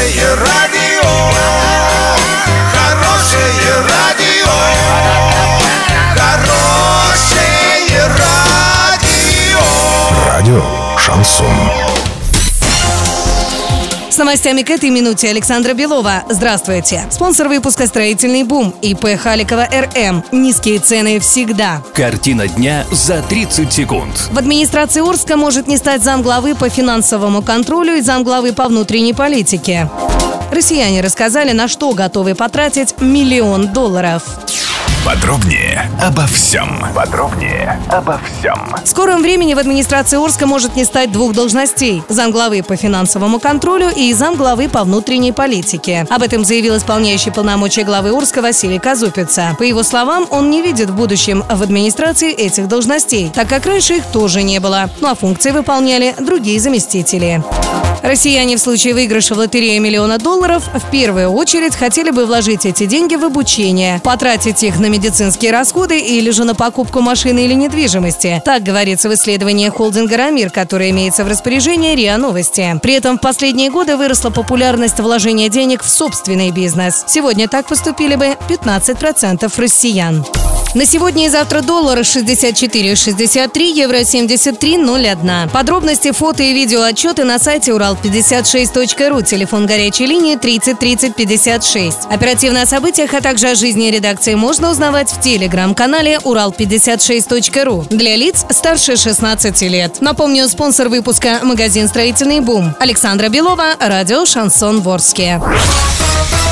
Хорошее радио, хорошее радио, хорошее радио. Радио «Шансон». С новостями к этой минуте Александра Белова. Здравствуйте. Спонсор выпуска «Строительный бум» ИП Халикова РМ. Низкие цены всегда. Картина дня за 30 секунд. В администрации Орска может не стать замглавы по финансовому контролю и замглавы по внутренней политике. Россияне рассказали, на что готовы потратить $1 миллион. Подробнее обо всем. В скором времени в администрации Орска может не стать двух должностей – замглавы по финансовому контролю и замглавы по внутренней политике. Об этом заявил исполняющий полномочия главы Орска Василий Казупица. По его словам, он не видит в будущем в администрации этих должностей, так как раньше их тоже не было. Ну а функции выполняли другие заместители. Россияне в случае выигрыша в лотерее $1 миллион в первую очередь хотели бы вложить эти деньги в обучение, потратить их на медицинские расходы или же на покупку машины или недвижимости. Так говорится в исследовании холдинга «Рамир», которое имеется в распоряжении РИА Новости. При этом в последние годы выросла популярность вложения денег в собственный бизнес. Сегодня так поступили бы 15% россиян. На сегодня и завтра доллар 64,63, евро 73,01. Подробности, фото и видео отчеты на сайте урал56.ру, телефон горячей линии 30 30 56. Оперативно о событиях, а также о жизни редакции можно узнавать в телеграм-канале урал56.ру для лиц старше 16 лет. Напомню, спонсор выпуска – магазин «Строительный бум». Александра Белова, радио «Шансон Ворске».